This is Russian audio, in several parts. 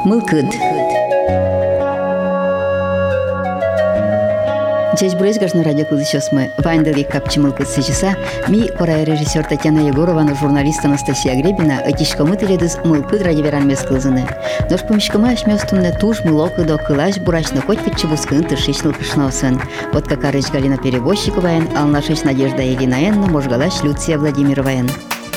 Мылкыд. Честь брызгашно радио мы Вайндали капчимылкыд сычыса, ми корая режиссер Татьяна Егорова, журналист Анастасия Гребина, этичкомы теледыз мылкыд радиоверан мескылзыны. Нож помещкома ашмёстунне туш мылокыдо кылаш бурачно котькытчы бускын тышичныл кышносын. Вот как арыч Галина Перевозчиковаен, алнашыч Надежда Елинаенна, можгалаш Люция Владимироваен.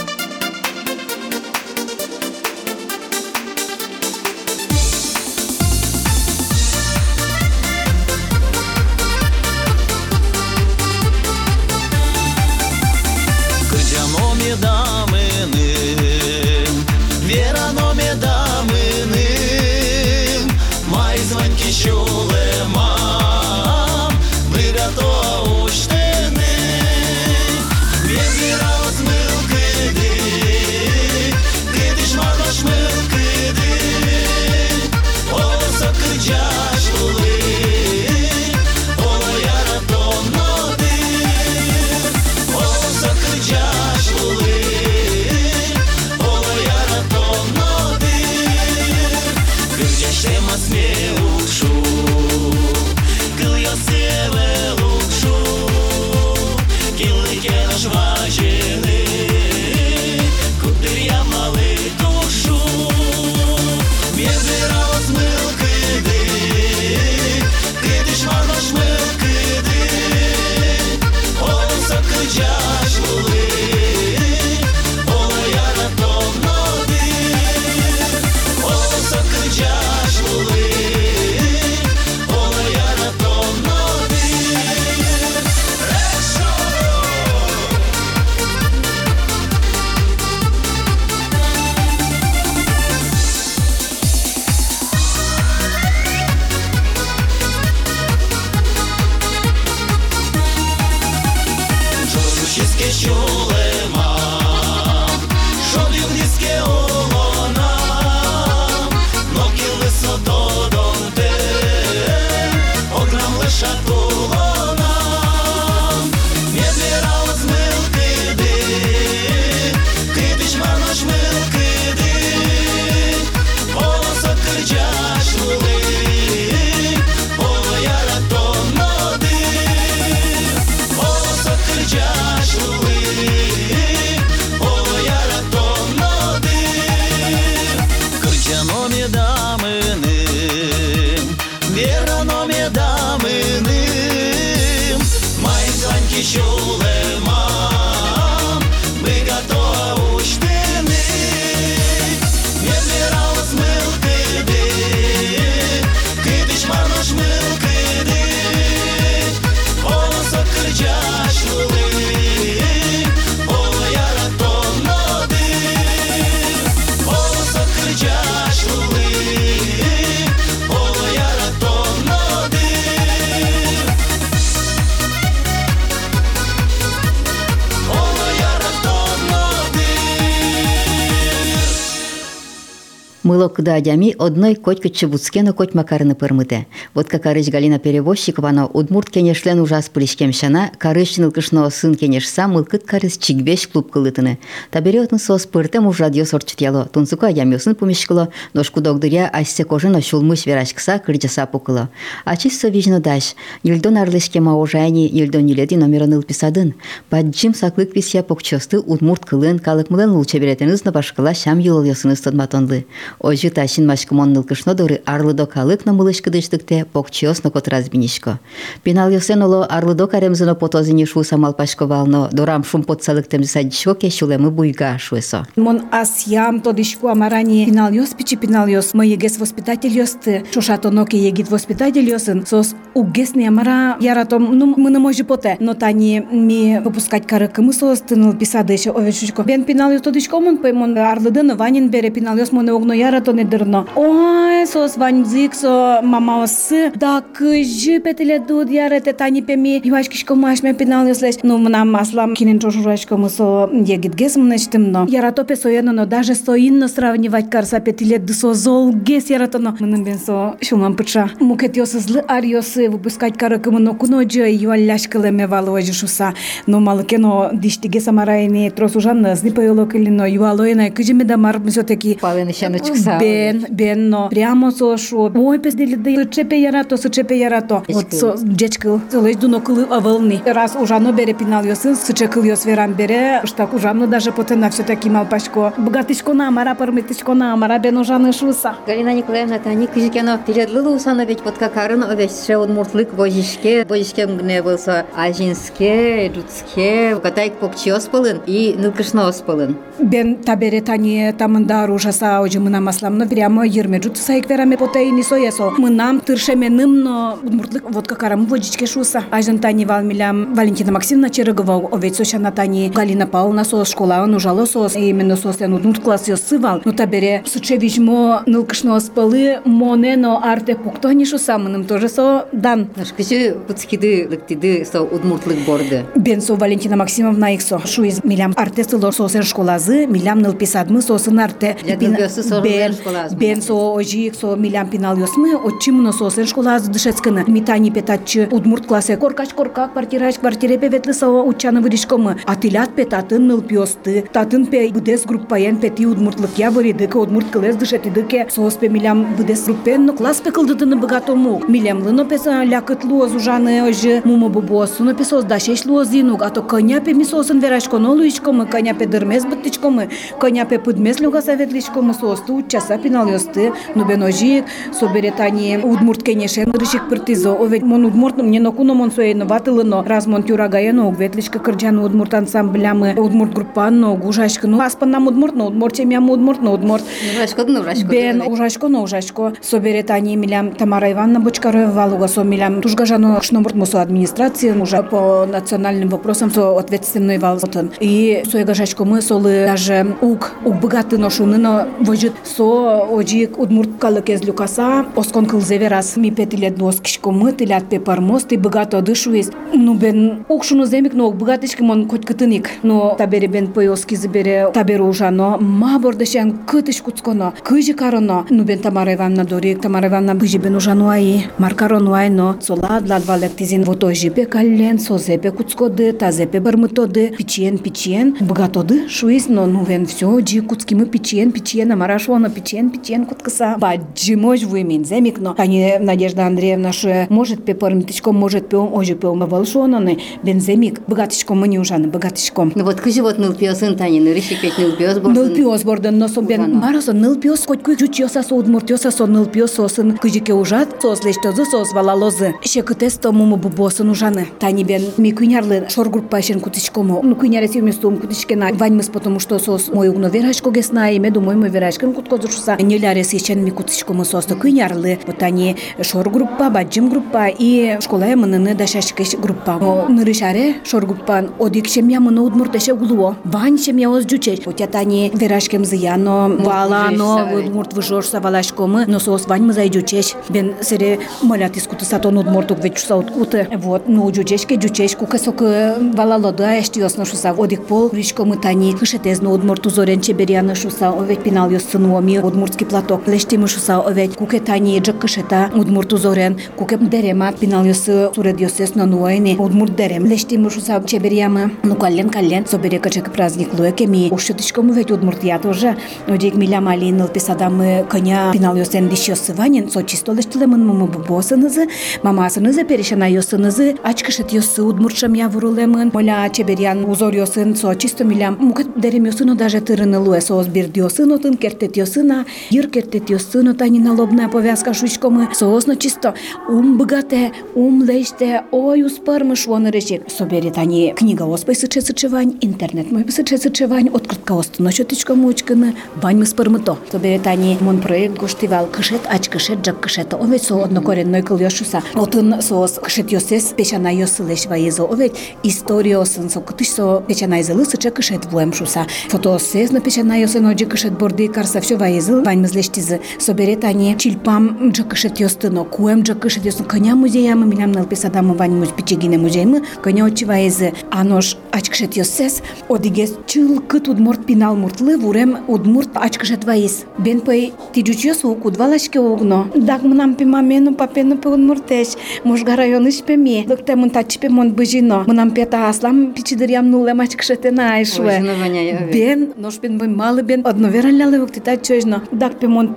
Мылок да адями одной котькытчы буцкена коть макарыны пырмыте. Вот как арыч Галина Перевозчикована удмурт кенешлен ужас пылишкемшана, карыщыныл кышно сын кенешса мылкыт карыс чигбеш клуб кылытыны. Таберетны сос пыртем уж радио сорчитяло, тунцука адямёсын помешкыло, ножку догдыря ассе кожено шулмыш верашкса кырджаса пукыло. А чисто вижно даш, ельдон арлышкема ожайни, ельдон ниледи номероныл писадын. Паджим саклык висия покчосты удмурт кылын, калык мылын лучеберетеныз на башкала шам юлыл ёсыныз тодматонлы. Ожи тащин машкомон нылкышно доры арлыдо калык на мылышкы дыштыкте покчиосно кот разбинишко. Пинал ёсен оло арлыдо каремзыно потозини шу самалпашко вално, дорам шум подсалыктем засадишко кешулемы буйга шуесо. Мон асьям тодишку амарани пинал ёс пичи пинал ёс, мы егес воспитатель ёсты, шошато ноки егит воспитатель ёсын, сос угесни амара яратом, ну мы не можем поте, но тани ми выпускать карык, мы сос тыныл писады еще овечучко. Бен пинал ёс тодишко мон поймон арлыдыно ванин бере пинал ёс моне огно яратон недырно. Ой, сос ванзик со мама осы, да кыжы петеле дуд ярете тани пеми, юашкишко маш ме пинал ёс леш, ну нам аслам кинен чошурашко мы со егит гес мнештымно. Яратопе соено, но даже соинно сравнивать карса петеле дысо зол гес яратоно. Мынын бен со шуман пыча. Мукет ёсы злы арьёсы выпускать карыкымы, но куноджо юалляшкылы ме валуажы шуса. Но малыкено диштиге самарайни тросужанны зны поёлок или но юалоена кыжыме да мар всё-таки. Палыны щанычкса. Бен, но прямо сошу. Ой, пиздили да сычепе ярато. Вот со дечкыл. Целый дуно кылы авылны. Раз ужано бере пинал ёсын, сычекыл ёс верам бере. Штак ужано даже потена все-таки малпашко. Богатышко на амара, пармитышко на амара, бен ужаны шуса. Галина Николаевна, тани кыжикено тиледлы усана ведь подкакарын овечше удмуртлык божишке мгне болса ажинске, жуцке, катайк покчиос пылын и нылкышноос пылын. Бен табере тани тамында ружаса ожи мына масламно прямо ерме жут сайк вераме потайни соесо. Мынам тыршеменым, но удмуртлык вот какарам водичке шуса. Ажин тани валмилям Валентина Максимовна Черегова овец сошана тани Галина Павловна сос школа он ужало сос именно сосен удмурт класс ёсывал. Ну табере сучевижмо нылкышноос пылы монено арте пуктони шуса мыным тоже со дан. Нашкыжы пуцкиды лыктиды со удмуртлык борды. Бен со Валентина Максимовна иксо шуиз милям арте сыло сосен школазы милям нылписадмы сосын арте. Бен со ожи иксо милям пинал ёсмы отчимно сосен школазы дышецкыны. Митани петачы удмурт классе коркак квартире певетлы со учаны выришкомы. Атилят петатын нылпиосты. Татын пе будес группаен пети удмуртлык я выридык удмурт класс дышетидыке сос пе милям будес группен но класс пе кылдыдыны богатому. Милям лыно песа лякыт луоз ужаны ожи мумо бубосу но песос дашеш луозинук. А то коня пе мисосын верашконо луичкомы, коня пе дырмес быттычкомы, коня пе пыдмес люга советличкомы состу учаса пинал ёсты. Ну бен ожи соберетани удмурт кенешен рышик пыртизо. Овет мон удмурт мне нокуно мон соено ватылыно. Раз мон тюрагаяно угветличка кырджану удмурт ансамблямы удмурт группанно гужашка. Ну аспаннам удмурт, но удмурт темям удмурт. Бен ужашко. Соберетани милям Тамара Ивановна Бочкарева валуга со милям тужгажано шномурт мусо администрации уже по национальным вопросам со ответственный валзотен. И соегажашко мы солы даже ук богаты ношуны но вожит со оджик удмурт калыкез люкаса оскон кылзеверас ми петилет доскишко мы тилят пепармос ты богато дышуис. Ну бен укшуну земик но богатышки мон хоть кытыник. Но табере бен поёски забере таберу ужано ма бордашен кытыш куцконо кыжи кароно. Ну бен Тамара Ивановна дорик Тамара Ивановна быжи бен ужануаи маркаронуай но сола дладвалектизин вот ожипе каллен созепе куцкоды тазепе бармытоды печен богатоды шуис но ну вен все джи куцкимы печен амарашуана печен куткаса баджи мож вымин земик но они Надежда Андреевна ше может пепармтичком может пем ожи пем волшонаны бен земик богатышком мы не ужаны богатышком. Ну вот кыжи вот нылпиосын тани нырышик ведь нылпиос борден но со бен маразо нылпиос хоть жучёса со удмуртёса со нылпиос сосын кыжике ужат сослештозы сос валалозы шекытес тому бубосын ужаны тани бен ми куйнярлы шор группа шен кутычкому ну куйняре севместом кутычкена ваньмыс потому что сос мой угно верашко гесна име думаю мы верашкин куткозушса нелярес ещен ми кутычкому состо куйнярлы вот они шор группа баджим группа и школа мыныны дашашкеш группа нырышаре шор группа одикшем я мыны удмуртеше улуо ваньшем я оз жучеш вот тани верашкем зияно валано удмурт выжорса валашкомы но сос ваньмы зайджучеш бен сере молят искуты сатон удмуртук ведь шуса откуты вот ну жучешке кукасок валалода эштиосно шуса одик пол ришкомы тани кышетезно удмурту зорен чеберяны шуса овет пинал ёссынуоми удмуртский платок лештимы шуса овет куке тани джак кышета удмурту зорен куке дерема пинал ёсы сурет ёсесно нуайни удмурт дерем лештимы шуса чеберямы ну каллен собере качек праздник луекеми ушетышкому ведь удмурт я тоже одик миля малиныл писадамы коня пинал ёсен дишёсы ванин со чисто лештилемын муму босынызы мамасынызы перешена ёсынызы ачкышет ёсы удмуртшам я вурулемын моля чеберян узор ёсын со чисто милям мукет дерем ёсыно даже тырыны луэ соос бирд ёсыно тын кертет ёсына йыр кертет ёсыно тани налобная повязка шучкомы соосно чисто богате леште ой успармы шуоны решик собери тани книга оспай сычевань интернет мой сычевань открытка остыно чётычкому учканы ваньмы спармыто собери тани мон проект гоштивал кышет ач кышет джак кышет овет со однокоренной кыл ёшуса отын соос кышет ёсес пешана ёсылеш ваезо овет история осын со кытыш со печана изылы сыча кышет вуэм шуса фото сез на печана ёсын оджи кышет борды карса всё ваезыл ваньмызлештизы собери тани чилпам джак кышет ёстыно куэм джак кышет ёсын коня музеямы милям нылписадамы ваньмуз пичегине музеймы коня очи ваезы анош ач кышет ёсес одигес чыл кыт удмурт пинал муртлы вурем удмурт ач кышет ваез бен пэй тиджучёс уку двалашке огно даг мынам пимамену папену пэ удмуртеш можга районыш пеме докте мын тачпе мон быжино мынам пета аслам пичидырям нулем ач кышетена айшуэ бен нош бен бой малы бен одно вералялы выкти тачёжно даг пе мон пе керпу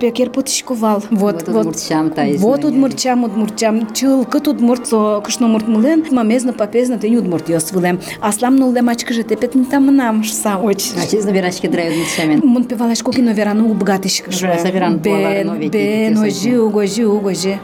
потишковал. Вот удмуртчам тайыз. Вот удмуртчам. Чылкы удмурт, со кышномурт мылен, мамезно, папезно, ты не удмурт ёсвылем. Аслам нуле мачка же тепет не там нам, шса очень. А чиз набирачки драют удмуртчамен. Мон певалаш кокино верану убгатышка. Бен, ожи.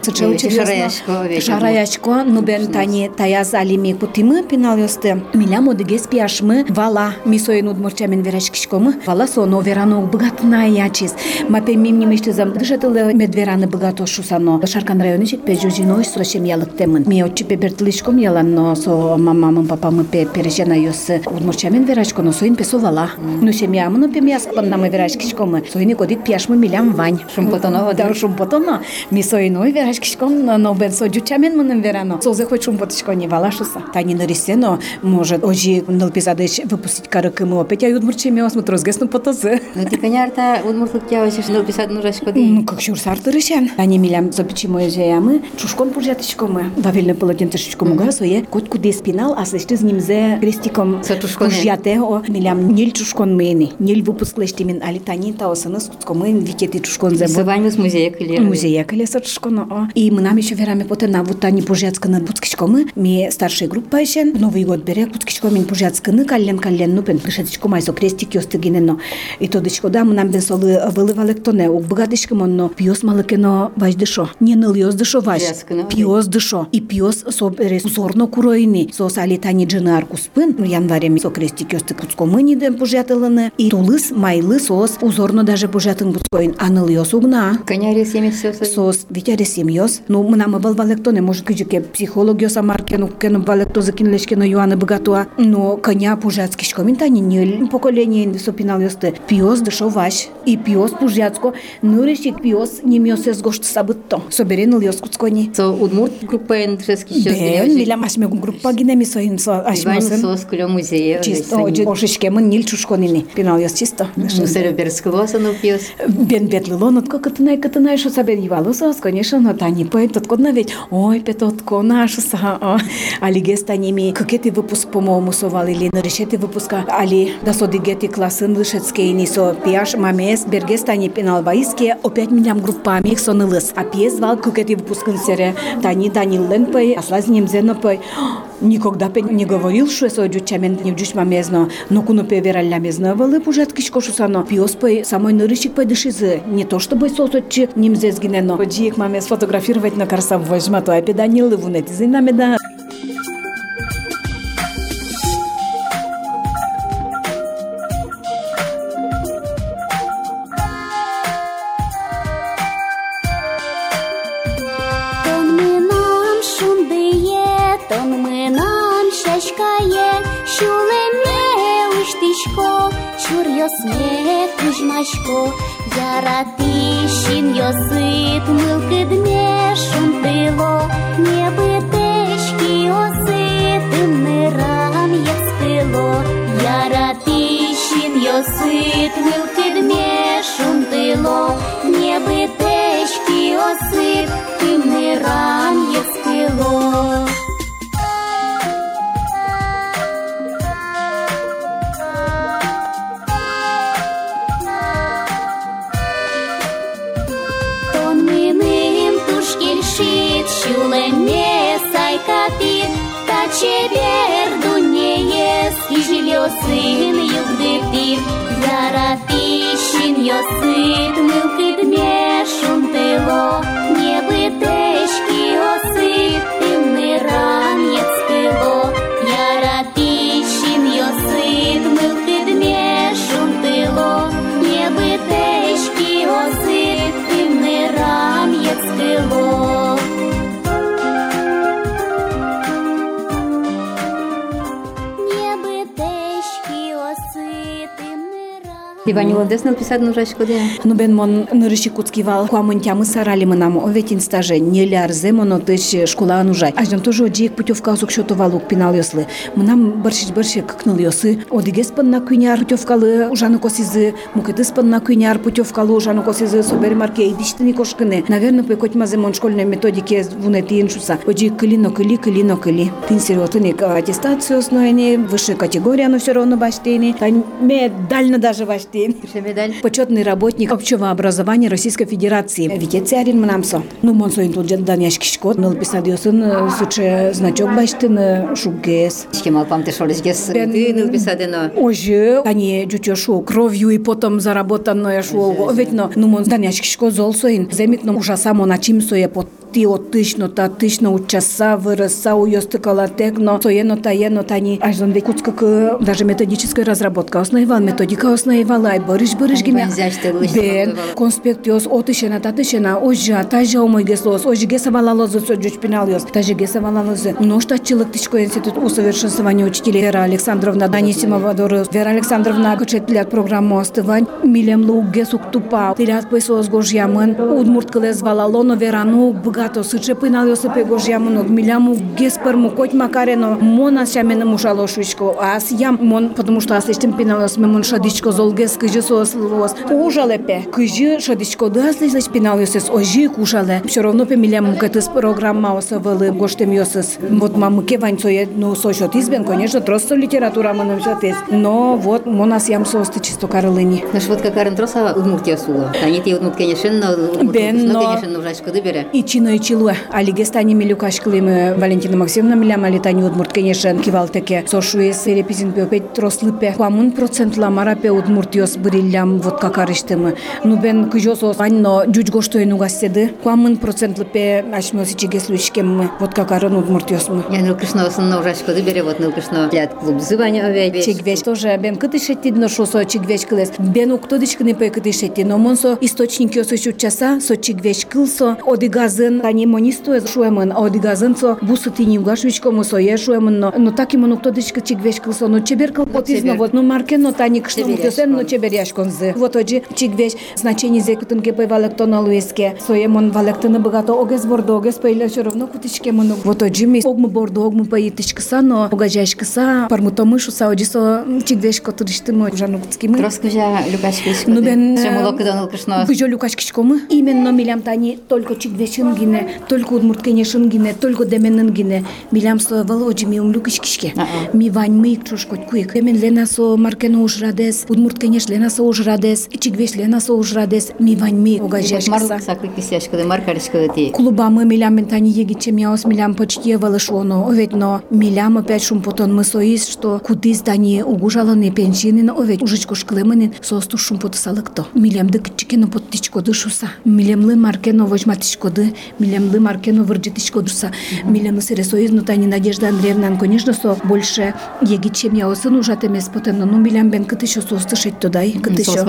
Шараячко, ну бен тани таяз алими кутимы пинал ёсты. Миля модыгес пиашмы вала мисоин удмуртчамен верашкишкомы. Вала соно верану убгатна ячиз. Мапе мимни мишты зам дышатылы медвераны богато шусано. Шаркан районы чек пежужиной срочем ялык темын. Ми отчи пебертылышком яланно со мамамын папамы перешена ёсы удмуртчамен верашконо соин песовала. Ну семьямыно пемяскпан намы верашкишкомы. Соини кодик пиашмы милям вань. Шумпотоно. Да, шумпотоно. Ми соиной верашкишком, но бен со дючамен мыным верано. Солзе хоть шумпотышко не валашуса. Тани нарисено, может, ожи нылпизадыш выпустить карыкымы опять, а удмуртчеме осмотр разгесну потозы. Ну ты, конечно, удмуртлык тебя очень нылписад нужашко дей. Ну, как шурсар тырышен. Тани милям запечи мои жеямы, чушкон пужатышкомы. Вавильный полотентышечкому гасуе, котку деспинал, а слышты с ним зе крестиком пужяте, о милям ниль чушкон мэйни, ниль выпуск лештимин, али тани таосаны скуткомы викети чушкон зе. Сываню с музея кали. Музея кали сачушконо, о. И мы нам еще верами потена, вот тани пужатсканы буцкичкомы, ми старшая группа еще, Новый год берег буцкичкомин пужатсканы, каллен, ну пен пришедичком айсо крестик ёстыгинено. И тодычко да, мы нам бен солы вылывалектоне, угбагадышком онно, пьёс малыкено важдышо, не ныл ёздышо важ, пьёс дышо, и пьёс соберес узорно куроини, со сали тани джины аркуспын, январем со крестик ёсты куцкомы ниден пужатылыны, и тулыс, майлы сос, узорно даже пужатын буцкоин, а ныл ёс угна. Коняре семьи Сос, витяре семьёс, ну мы нам валвалектоне, может кыжике психолог ёса маркену, кену валектозы кинлешкено юаны богатуа, но коня пужатскишкомин тани ниль поколение сопинал ёсты, пьёс дышо важ, и пьёс пужатско, ну решик пьёс не мёсес гошт сабытто, собереныл ёс куцкони. Со удмурт группа энтрески щёс. Бен, милям ашме группа гинеми соин со ашмосен. Иван сос кулё музея. Чисто, ошишкемын ниль чушконини, пинал ёс чисто. Ну сереберскилоса ну пьёс. Бен бетлыло, но катынай, шо сабен ювало сос, конечно, но тани поэт тоткодна ведь, ой, петотко, нашу са, али гестаними, какети выпуск по-моему совали, или на решети выпуска, али да содигети классын лышецкие, не со пиаш мамес, бергестани пинал ваиске, опять милям группами их сонылыс, а пьес звал какети выпускын сере, тани лен пой, а слазнем зено пой, никогда не говорил, что я дючамен не вдюч мамезно, но куно певералля мезно, валы пужат кишкошусано, пьес пой, самой нырыщик пой дышизы, не то чтобы сосочи немзе сгинено, ходи к маме сфотографировать на карсам возьма, то опять не лывунет, зинами да. Йосне кужмашко, яратишин йосит, мылкыдме шунтыло, не бытешки йосит, имнырам ецпыло, яратишин йосит, мылкыдме шунтыло, не бытешки йосит, имнырам ецпыло. Шулене сайкатит, та чеберду не ес, и жильё сын югдытит, яратишин ёсыт, мылкыдме шунтыло, не бытешки ёсыт, имнырам ецпыло, яратишин ёсыт, мылкыдме шунтыло, не бытешки ёсыт, имнырам ецпыло. Иванило деснал писать нужачко де. Ну бен мон нырыши куцкивал, куамон тямы сарали мы нам, оветин стаже, не лярзе моно тыш школа нужай. Ажден тоже одиек путевка озук шотовалук пинал ёслы. Мы нам баршич кыкныл ёсы. Одигес панна куйняр путевкалы ужаны косизы, мукетыс панна куйняр путевкалы ужаны косизы, собери марке идиштыни кошкыны. Наверное, пекоть мазе мон школьной методике вунетин шуса. Одиек кыли. Тин сериотыник аттестацию основание, высшая категория, но все равно баштейни. Тань медально даже баштейни. Фин. Медаль. Почетный работник общего образования Российской Федерации. Витецярин мнамсо. Ну, монсоин тут даняшкишко. Ныл писадиосын суче значок баштын шугес. Шкемал памте шолешгес. Ты ныл писадено. Оже, они жучошу кровью и потом заработанное шо. Ведь ну мон даняшкишко золсоин. Земитно ужаса моначим сое под ти оттышно та тышно учаса выраса уёстыкала текно соено таено тани ажон векут как даже методическая разработка основывал методика основывала ай борыш гиме бен конспектиос отышена татышена ожа тажа омойгесос ожигеса валалозы соджучпиналиос тажигеса валалозы ноштатчылык тышко институт усовершенствования учителей Вера Александровна Данисимова Доры Вера Александровна кочетлят программу остывань милем лугесук тупа тирят песос гожьямын удмурт кылез валалоно верану гато сыче пыналёсы пегожьямын миляму гесперму коть макарено мона сямены мушалошучко ас ям мон потому что асештим пиналёс мон шадичко золгес кыжесос ужалепе кыжы шадичко даслись пиналёсес ожи кушале всё равно пе миляму кэтыс программа осавалы гоштемёсес вот мамыке ваньцое ну сочот избен конечно просто литература мон жатес но вот монас ям состы чисто карылыни наш вот как арентроса удмуртия сула они те удмурт конечно конечно ужачко дыбере и чино и чилуа алигестани милюкашкылымы Валентина Максимовна милям алитани удмурт конечно кивалтеке сошуе серепизин пепет трослыпе квамун процентла марапе удмуртиос бриллям вот как арыштымы ну бен кыжосос ванно жужгоштойну гасседы квамун процентлыпе ашмёси чигеслушкем вот как арын удмуртиосмы я ну кышно сын ужачко дыбере вот ну кышно лят клуб зывань овет чигвеч тоже бен кытышетти но шосо чигвеч кылес бен уктодышкыны пе кытышетти но монсо источники осучут часа со чигвеч кылсо одигазын они монистуе шуемын одигазын со бусытини угашвичкому сое шуемын но так ему уктодышкы чигвеч кылсо но чеберкал потизно вот ну маркено тани кышно мутесен но чеберяшконзы вот оджи чигвеч значение зекутынке пе валектоналуеске соемон валектыны богато огез бордо огез пейле всё равно кутышке мону вот оджи ми огму бордо огму пейтышкыса но угажашкыса пармутомышуса оджисо чигвеч котырыштымы жанукскими раскажа люкашкиш ну бен семолокдонал кышно быжо люкашкишкомы именно милям тани только чигвечын гине только удмурткене шынгине только деменын гине милям со володжи ми умлюкишкишке ми вань мы чушкот куик демен ленасо маркено ужрадес удмурткенеш ленасо ужрадес чигвеш ленасо ужрадес ми вань ми угажашкыса сакры кисяшкыды маркарышкыды ти клубамы милям тани егиче мяос милям почти валышоно овет но милям опять шумпотон мы соис что кудис тани угужаланы пенсионин овет ужичко шклемынин состу шумпот салыкто милям дыкчикено поттичко дышуса милямлы маркено возьматичкоды милямлы маркено вырджитичко дурса милямлы сересоиз но тани Надежда Андреевна конечно со больше егиче мяосын ужатемес потенно ну милям бен кытышо состышет тодай кытышо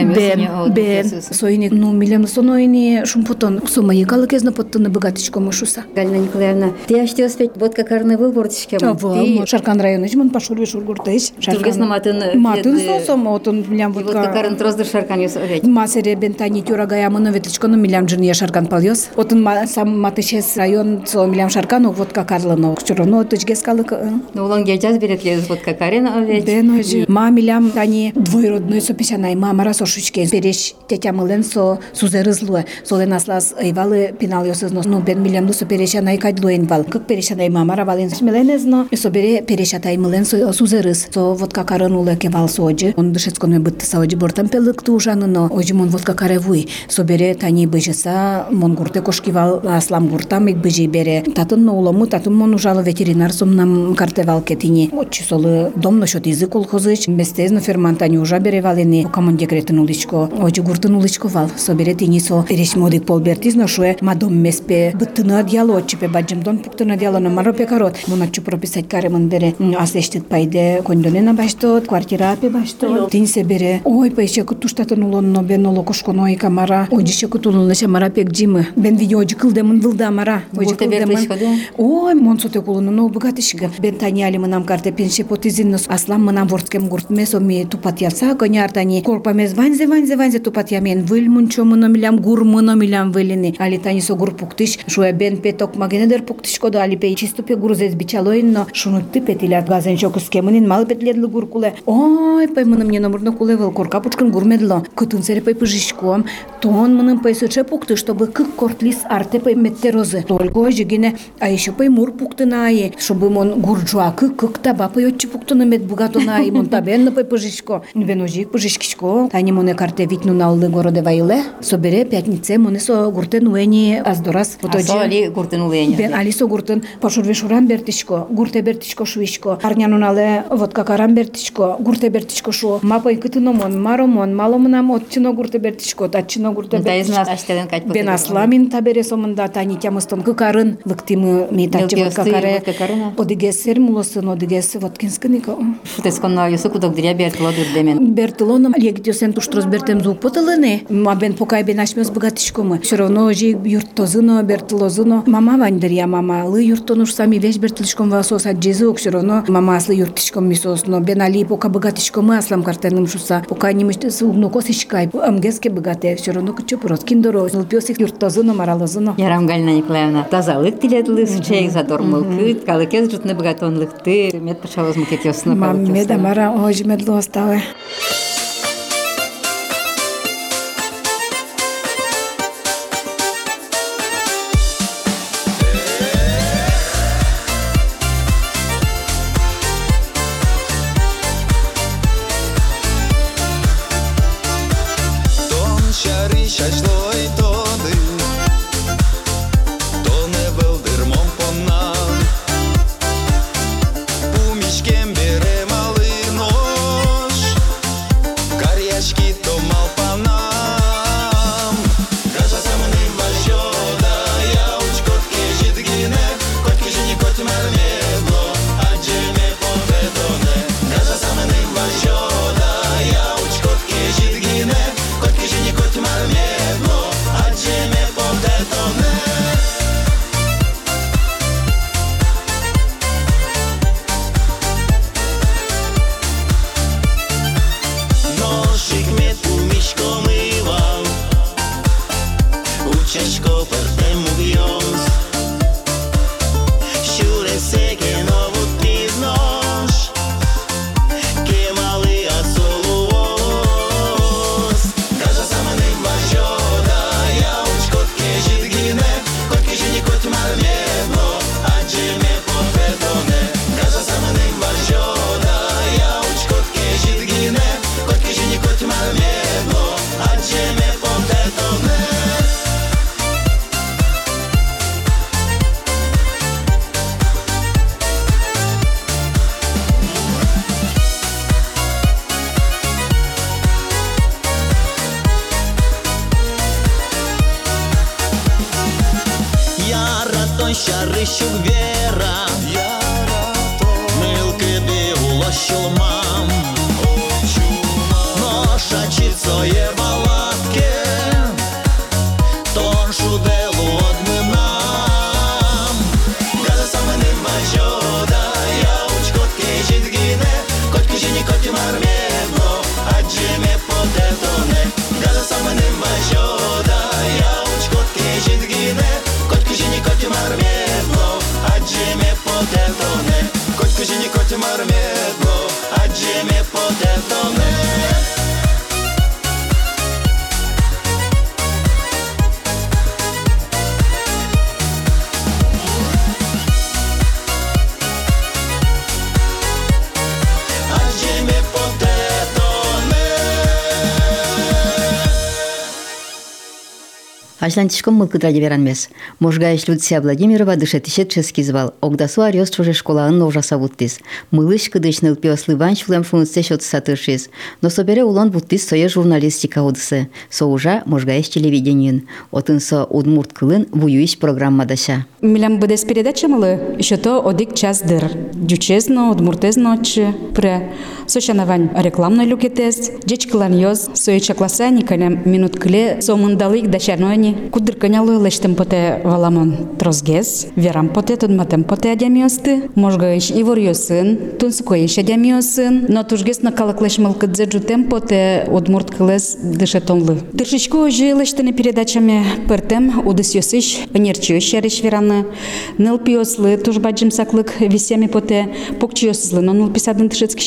бен соини ну милямлы соноини шумпотон сома егалы кезно поттыны богатичко мышуса Галина Николаевна ты ачте успеть вот как арны вылбордичке Шаркан районыч мон пашур вешур гуртыш Шаркан матын сосом отон милям вот как арын троздыр шаркан юс овет масере бен тани тюрагая мон оветичко но милям джин я шаркан палёс отон сам матышес район со милям шаркан вот как арлано чуроно тычгес калык ну улан геджаз берет ли вот как арена овет бен ма милям тани двоюродной сописянай мамара сошучке переш тетя мылен со сузерызлуе соленаслас айвалы пиналёсыз ну бен милям со перешанай кадлуен вал как перешанай мамара вален смеленезно со бере перешатай мылен со сузерыз со вот как арануле кевал соджи он дышецконе бытты соджи бортам пелык тужаны но ожи мон вот как аревуй со бере тани быжеса мон гурте кошкивал аслам гуртам ик быжи бере татын но улому татын мон ужалы ветеринар сомнам картевал кетини отчи солы дом насчет язык колхозыч местезно фермантани ужа бере валени комон декретен уличко ожи гуртын уличко вал со бере тини со переш модик полбертизно шуе мадом меспе быттыны адьяло отчипе баджимдон пуктыны адьяло на маропе карот моначу прописать каремын бере аслештит пайде кондонена баштот квартира апе баштот тинсе бере ой пейше кутуштатын улонно бен оло кошконо и камара ожише кутулны шамара пек джимы бен видео жикылдемын вылда мара ой монсоте кулуну но богатышга бен таняли мынам карте пенше потизиннос аслам мынам ворткем гуртмесо ми тупатьяса коняртани корпамез ванзе тупатьямен выл мунчо мыно милям гур мыно милям вылини али тани со гур пуктыш шуе бен петок магенедер пуктыш кода али пей чиступе гурзез бичалоинно шунутты петилят газен шокускемынин мал петледлы гуркуле ой пей мыным не номерно кулевел корка пучкан гурмедло кытын сере пей пыжишком тон мыным пей сыче пукты чтобы кык кортлис арте пей меттерозы только жигине а еще мапай мур пуктынай, чтобы мон гурджуа кык таба пойотчи пуктынымет бугатонай, мон табен пой пыжишко, веножик пыжишкичко, тани моне карте витну налды городе вайле, собере пятнице моне со гуртен уэни аздорас. Асо али гуртен улени. Бен али со гуртен пошурве шуран бертишко, гурте бертишко шуишко, арнянуле водка карам бертишко, гурте бертишко шо, мапай кытыномон, маромон, маломнам отчино гурте бертишко, татчино гурте бертишко. Бен асламин табере сомында тани тямыстон кыкарын лыктимы метачи водка каре. Одигес сермулосын, одигес воткинскыника. Шутесконно юсу кудок диря бертыло дурдемен. Бертылоном егидёсен туштрос бертем звук потылыны, ма бен покай бен ашмёс богатышкомы. Всё равно жи юрттозыно, бертылозыно. Мама вандарья, мама лы юрттонуш сами весь бертылышком васос аджезук, всё равно мама аслы юртышком мисос, но бен али пока богатышкомы аслам картеным шуса, пока немышты сугну косышкай, амгеске богате, всё равно кычо проскин дорос, лпёсик юрттозыно, маралозыно. Ярам Галина Николаевна, тазалык тилетлы, сучейк задормылкыт, калыкез жутны богатонлыкты, мед пачалоз мукетёсына калыкез. Мамеда мара ож медло остале. Шарищук вера, милки дивуло щулмам, ноша чірцоє балатки, тон шуделу одминам. Газа саме не бачода, я уч котки жідгіне, котки жіні коті мармєдно, адже ме потетоне. Газа саме не бачода, я уч котки жідгіне, котки жіні коті мармєдно, адже ме потетоне. Котки жіні коті мармєдно, адже ме потетоне. Ачлантишком мылкыдради веранмес. Можгаеш Люция Владимирова дышетишет ческизвал. Огдасу арёс чуже школаын ужаса буттис. Мылыш кыдышныл пиослы ванчулем шунце счёт сатыршис. Но собере улон буттис сое журналистика удысы. Соужа можгаеш телевидениен. Отынсо удмурт кылын вуюиш программадаша. Милям бъдес передача малы, еще то одик час дыр. Дючезно, удмуртезно че пре. Сошанавань рекламной люкетез. Дечкалан йоз, соеча класса никалям минут кле, сомындалык дачарнойни. Кудырканялы лештем поте валамон трозгез. Верам поте tudmatem поте адямиосты. Можгаиш ивор йосын, тунсукоиш адямиосын. Но тужгез на калаклеш малкадзе джутем поте удмурт кылез дышетонлы. Дыршичко же лештене передачами пертем удыс йосыш, нерчиош яриш вераны. Ныл пиослы, тужбаджим саклык висями поте покчиосызлы, но ныл писадын тышецкиш йосызлы.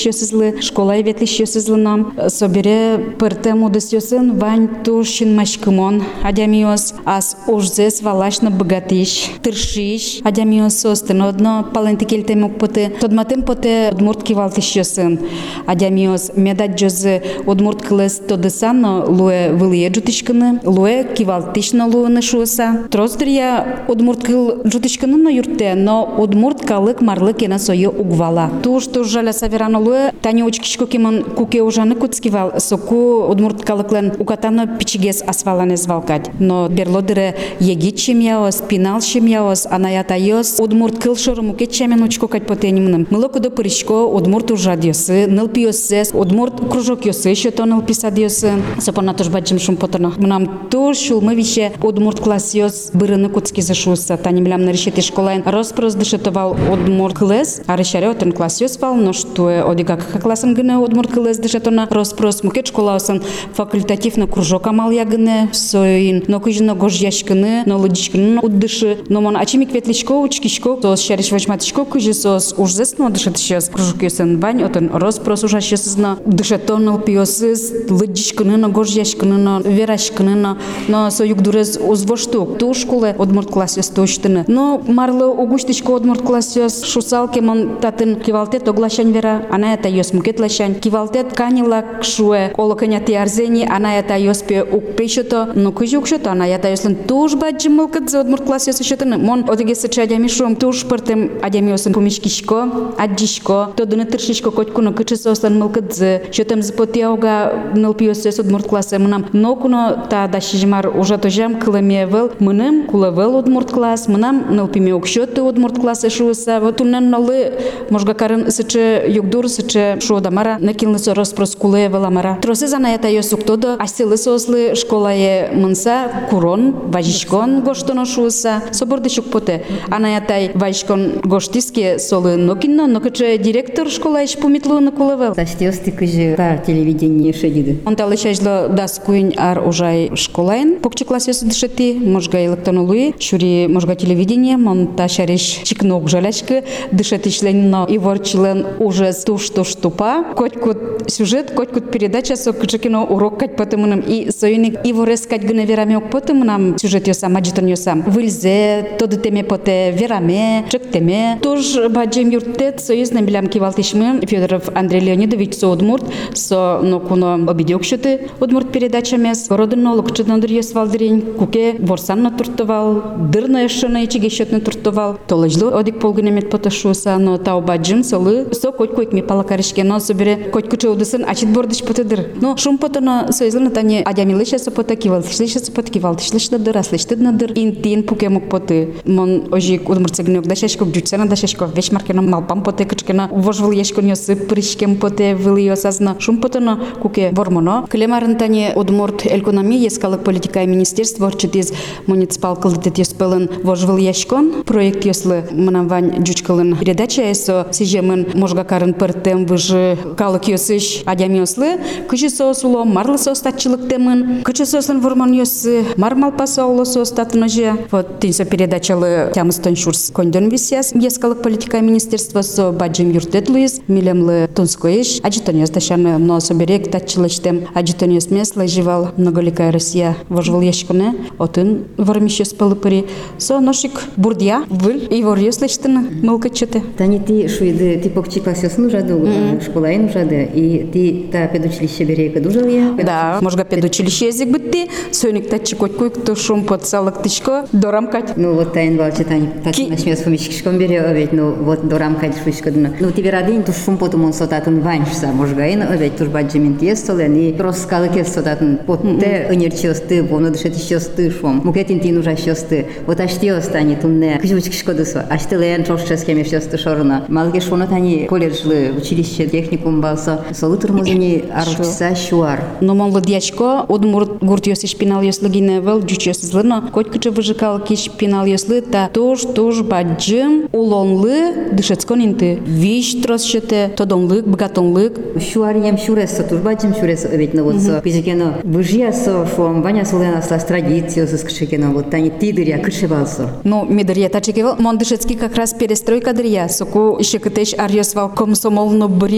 школа ветлищесызлына собере пыртем удысёсын вань тушин машкымон адямиос ас ужзес валашна богатыш тыршиш адямиос состын одно палентикельтем укпыты тодматем поте удмурт кивалтышёсын адямиос медаджозы удмурт кылес тодысано луэ вылые жутышкыны луэ кивалтышно луыны шуыса тросдырья удмурт кыл жутышкыны но юрте но удмурт калык марлык ена сойы угвала туш жаля саверано луэ тани учкишко кимон куке ужаны куцкивал соку удмурт калыклен укатано пичигес асвалане звалкать но берлодыре егичим яос пиналшим яос анаятайос удмурт кыл шорумуке чемен учко кать потенимным мылокудо пырышко удмурт ужадьосы нылпиосес удмурт кружок ёсы еще то нылписадьосы сапона тоже баджим шум потано мнам то шулмы вище удмурт классиос бырыны куцки зашуса тани млям на решете школайн роспрос дышетовал удмурт класс а решаре отен классиос вал но что одига как классом гыне удмурт класс дышетона роспрос мукет школасын факультативно кружок амал ягыне соин но кыжно гожьяшкыны но лыдишкыны уддышы но мон ачимик ветличко учкишко то шариш вачматишко кыжисос ужзесно дышетишес кружок ёсын вань отен роспрос ужашесызно дышетоныл пиосыз лыдишкыны но гожьяшкыны но верашкыны но союк дурез узвоштук ту школе удмурт классиос тоштыны но марлы угуштишко удмурт классиос шусалке мон татын кивалтет оглашань вера она это ёс мукет лашань кивалтет канила кшуэ олоканя тиарзени она это ёспе укпешото но кыжукшото она это ёслен туж баджимыл кыдзе удмурт классиос шотыны мон одиге сыча адямишум туж пыртем адямиосым помишкишко аддишко тодыны тыршишко котькуно кычысослен мылкыдзе шотем запотиауга нылпиосес удмурт классе мынам нокуно та дашижмар уже тожам кылымевел мыным кулавел удмурт класс мынам нылпиме укшоты удмурт классе шуыса вот унен налы можга карын сыче югдур сыче шуодамара накилнысо роспрос кулевел амара тросыз ана это ёсуктодо асилы сослы школае мынса курон важишкон гоштоно шуыса собордышук поте ана ятай важишкон гоштиске солы нокинно нокыче директор школа иш пумитлуны кулевел Састиосты кыжы та телевидение шедиды. Он талышажло даскуин ар ужай школайн покчи классиос дышети можга электронолуи шури можга телевидение мон та шариш чикнок жаляшкы дышетичленно и ворчлен уже туш тупа котькут сюжет котькут передача со кычекино урок кать потымыным и союник и ворес кать гыне вераме ок потымынам сюжет ёсам аджитон ёсам выльзе тоды теме поте вераме чектеме туж баджем юртет союзна билям кивалтишмы Федоров Андрей Леонидович со удмурт со нокуно обидёкшоты удмурт передачамес родынно лукчыдандыр ёс валдырень куке ворсанно туртовал дырно ешына ичиге счетно туртовал толыжлы одик полгынемет поташуса но тау баджим солы со котькойк ми палакаришке но собере коткуче удысын ачит бордыш потыдыр но шум потоно союзлы тани адямилышеса пота кивалтышлышеса пота кивалтышлышныдыр аслыштыдныдыр интин пукемук поты мон ожик удмуртсегнёк дашашкок джучсена дашашков вешмаркена малпам поте кычкена вожвыл ешкон ёсы прышкем поте вылы ёсазна шум потоно куке вормоно клемарын тани удмурт экономия ескалык политика министерство орчитиз муниципал кылдытет ёспелын вожвыл ешкон проект ёслы мынавань джучкалын передача эсо сижемын можга карын пыртем выжы калык ёсыш адямиослы кычы соосуло марлы соостатчылык темын кычы сослын вормон ёсы мармалпаса олосо остатыножа вот тинсо передачалы тямыстон шурс кондон висяс ескалык политика министерство со баджим юртет луиз милемлы тунскоиш аджитонёс дашаны но соберек татчылыштем аджитонёс месла живал многоликая Россия вожвыл ешконе отын вормищёс пылыпыри со ношик бурдья выль и вор ёслыштыны мылкачыты Тани ты шуиды ты покчи классиосын ужаду школайн ужады и ты та педучилище берейка дужал я да можга педучилище язык бытты сойник татчы котькой кто шум под салык тышко дорамкать ну вот тайн валчы тани тати нашмес помещикшком бере овет ну вот дорамкать шуишкадына ну тебе радин туш шум потом он сотатын ваньшса можгаин овет туш баджимент естолен и роскалык естотатын потте энерчиосты бону дышетищосты шум мукетин тин ужащосты вот аштиостани тунне кыжучкишкодысо аштылен чошческемешосты шорына малге шоно тани колледжлы училище техникум балса солы турмузыни аручса шуар но монлы дьячко удмурт гурт ёсыш пинал ёслыгине вел джучёсызлыно котькычы выжикал киш пинал ёслы та туж баджим улонлы дышецкон инты виш тросчете тодонлык богатонлык шуарьям шуресо туж баджим шуресо овет ну вот со кыжекено выжьясо шуам ваня солена слас традициосо скшекено вот тани тидыря кышевалсо ну мидырья тачекевел мон дышецкий как раз перестройка дырья соку ищекытеш арьёсвал комсомол но бри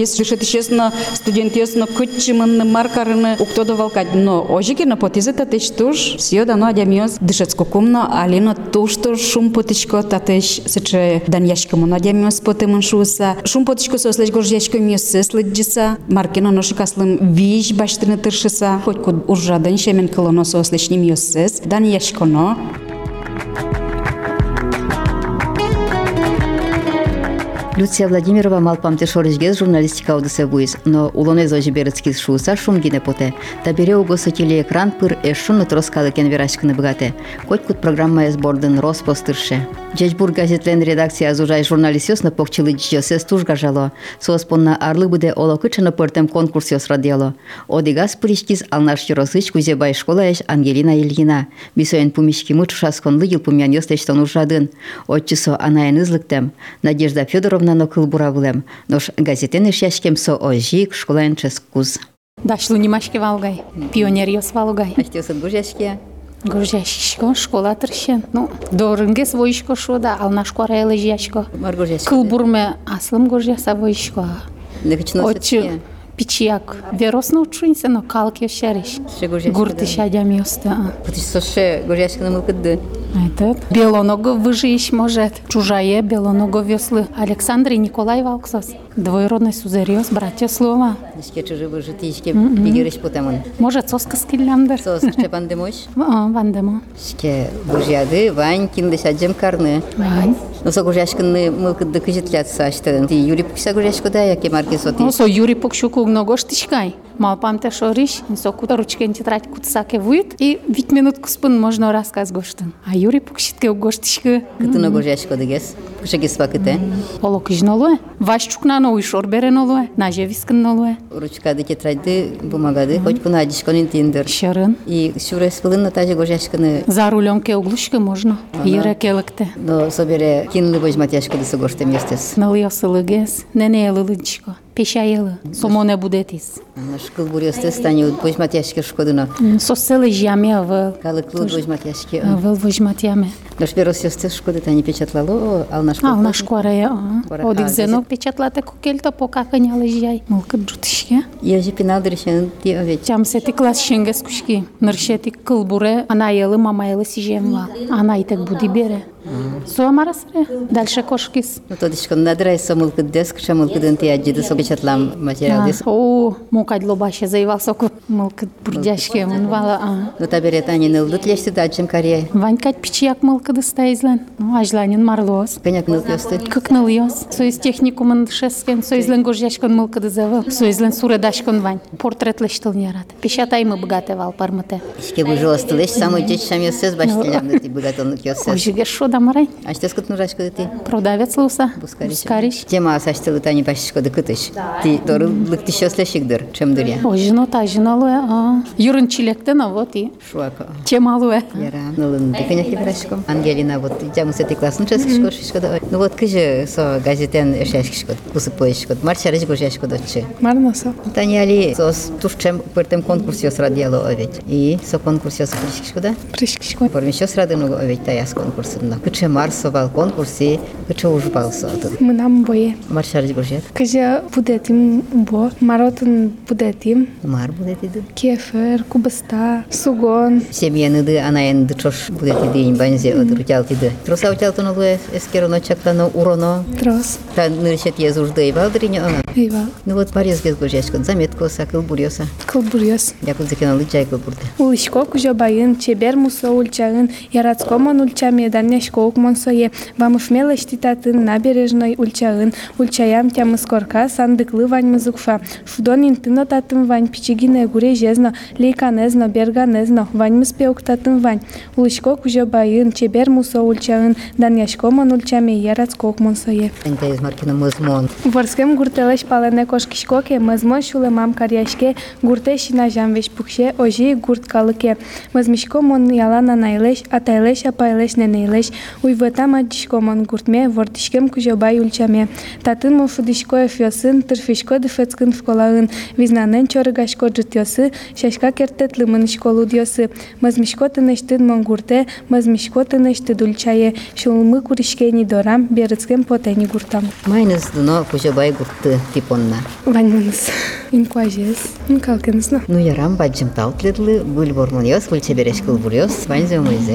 есть решетишесно студентесно кычмын маркарны уктодовалкать. Но ожикина потизе татыч туш, все дано адямиос дышецко кумно, алино туш шум потичко татыч сече даньяшка мон адямиос потемын шуса. Шум потичко сослеч горжяшка миосы следжиса, маркина ношикаслым виж баштырны тыршыса, хоть куд уржадан шемен кылоно сослеч немиосыз, даньяшконо. Люция Владимирова малпамте шорыжгез журналистика аудысы буиз, но улонез ожиберецкиз шууса шумгине поте. Табере угосо телеэкран пыр эшшуны троскалы кен верашкыны бгате. Котькут программа эсбордын Роспостырше. Джечбург газетлен редакция азужай журналистёс на покчылы джёсес тужга жало. Сооспонна арлы буде олокычыны пыртем конкурсиос радиало. Одигас пыришкиз алнаш юросыч кузебай школа эш Ангелина Ильина. Бисоен пумишки мычушаскон лыгил пумян ёстечтон уржадын. Отчысо анаен ызлыктем. Надежда Федоровна но кылбура булем. Нош газетен ишяшкем со ожик школаен ческуз. Дашлу немашке валгай. Пионер ёс валгай. Аштёсын гужяшке. Гужяшко школа тыршен. Ну, дорынгес воишко шода, ална шкора элежяшко. Маргужяшке. Кылбурме аслым гужяса воишко. Нехчносетке. Пичияк. Веросно учуйся, но калки шериш. Гурты шадям ёста. Потиш соше гужяшке намылкыды. Этот. Белоногов выжиешь может. Чужая белоногов веслы. Александр и Николай Валксос. Двоюродный сузерьёс, братья слова. Нишке чужи выжитичке бигериш потемон. Может, соска скиллямдер. Сос Чепан демош. Вандемо. Шке гужяды Вань киндешаджем карны. Вань. Но со гужяшканы мылкыды кыжетлятса аштын. Ти Юрий Пукса гужяшку да, яке марки соти. Со Юрий Пукшуку многош тишкай. Малпам те шориш, со кута ручкен тетрадь кутсаке вуит и 5 минут куспын можно рассказ гоштын. А Юрий Пукшитке угоштишкы. Кытына гужяшку дегес. Кушагес пакыте. Олокыж нолуэ. Вашчукна новый шорбере нолуэ. Нажевискын нолуэ. Ручкады тетрадьды бумагады хоть куна адишконин тиндер. Шырын. И сюрес пылын натажи гужяшканы. За рулем ке углушка можно. Ере келыкте. Но собере кинлы божматяшку да согоштем естес. Налыясылыгес. Нене елылычко. Пешаелы. Сомоне будетис. Наш кылбурёсты станет божматяшки шкодына. Соселы жаме выл. Калыклы божматяшки. Выл вожматяме. Наш беросёсты шкоды тани печатлало, ал наш Ал наш куарая. Одик зенок печатлате кукельто покаканяли жай. Мылкы джутишке. Я же пинадыршен ти овеч. Чам сети класс шенгес кушки. Ныршети кылбуре. Анаелы мамаелы сижемла. Анайтек буди бере. Суамарасре. Дальше кошкис. Ну то дишкон надрай самылкы деск, шамылкыдын ти аджиды согечатлам материал деск. О, мукать лобаще заевал соку. Мылкы бурдяшке. Вала. Ну табере тани нылды тлешти даджим карье. Ванькать пичияк мылкы дыстайзлен. Ну, ажланин марлос. Коняк нылтёсты. Как ныльёс. Соиз техникумын шескен. Соизлен горжяшкон мылкы дызавыл. Соизлен суредашкон вань. Портрет лештыл нерат. Печатаймы богатывал пармыте. Ишке бужоласты леш самый деч шамёсез баштилямды ти богатонлык ёсез. Ожиге шо дамарай. А что скот нужашкы ти? Продавец луса. Бускариш. Тема саштылы тани башишкоды кытыш. Ти торылык ти шослешикдыр. Чемдыр я. Ожино тажиналуэ. Юрын чилектен, а вот и. Шуако. Чемалуэ. Яра. Нылын ти коняк ебрашком. Ангелина вот тямы с этой классным ческишкод шишкоды. Ну вот кыжы со газетен эшешкишкод. Кусыпоешкод. Марчарыш гожешкод отчы. Марнаса. Тани али сос тушчем пыртем конкурсиос радиало овет. И со конкурсиос пришкишкода. Пришкишкод. Пормещос радыну овет таяс конкурсына. Кычы марсовал конкурси, кычы ужбалса. Мы нам бое. Марчарыш гожет. Кыжа будетим бо. Маротын будетим. Мар будетиды. Кефир, кубыста, сугон. Семьяныды анаенды чош будетиды инбанзе одрутялтиды. Троса утялтын олуэ эскероно чаклано уроно. Трос. Та ныршет езужды ивалдырыня она. Ива. Ну вот парезгез гожешкон. Заметко сакыл бурьоса. Кылбурьос. Якут закиналы чайкыл бурды. Улышко кужа байын, чебер мусо ульчагын, яратскомон ульчаме даняшко укмонсое, вамыфмело штитатын набережной ульчагын, ульчаям тямы скорка, сандыклы вань мызукфа. Фудонин тыно татын вань, пичигине гуре жезно, лейканезно, берганезно, вань мыспеук татын вань. Улышко кужа байын, чебер мусо ульчагын, даняшкомон ульчаме, яратско укмонсое. Энте из маркина мызмон. Ворскем гуртелеш палене кошкишкоке, мызмон шулемам карьяшке, гурте шина жамвеш пукше, ожи гурт калыке. Мызмишкомон ялана найлеш, атайлеш апайлеш ненейлеш, уйватам адишкомон гуртме, вортишкем кужобай ульчаме. Татын мофудишко эфьосын, тырфишко дефецкын вколаын, визнанен чорыгашко джытьосы, шашка кертетлымын школу дьосы. Мызмишко тынештын монгурте, мызмишко тынештыд ульчае, шулмы куришкени дорам, берыцкем потени гуртам. Майныз дно кужабай гурты. типонна. Ваньманыз. Инкуажес. Инкалкеныз, но. Ну ярам баджим талтледлы, был бормоньос, был чебереш кыл бурьос, ваньзе умызе.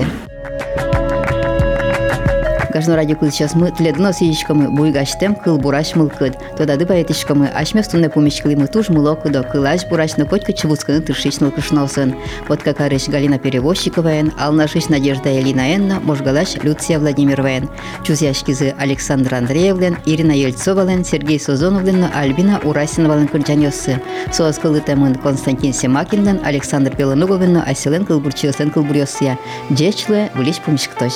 Каждый ради кыл сейчас мы тледно сидичками буйгаштем кыл бураш мылкыд. Тода дыба этишками ашместунне помещкали мы туж мылок до кылаш бураш на котка чевусканы тыршичныл кышносын. Вот как арыш Галина Перевозчиковаен, алнашиш Надежда Елина Энна, можгалаш Люция Владимироваен. Чузяшкизы Александр Андреевлен, Ирина Ельцовален, Сергей Созоновлен, Альбина Урасиновален кынчанёсы. Соас кылытемын Константин Семакинлен, Александр Белонуговен, Аселен кылбурчиосен кылбурьосия. Джечле вылич помещктош.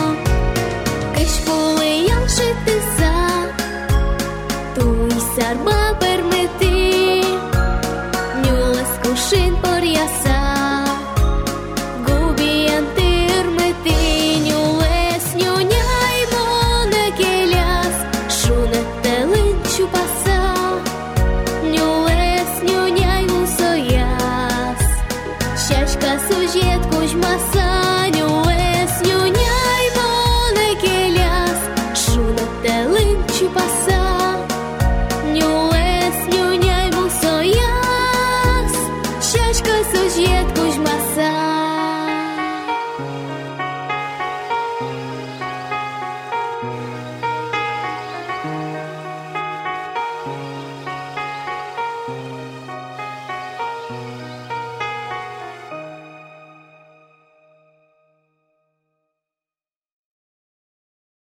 Sarba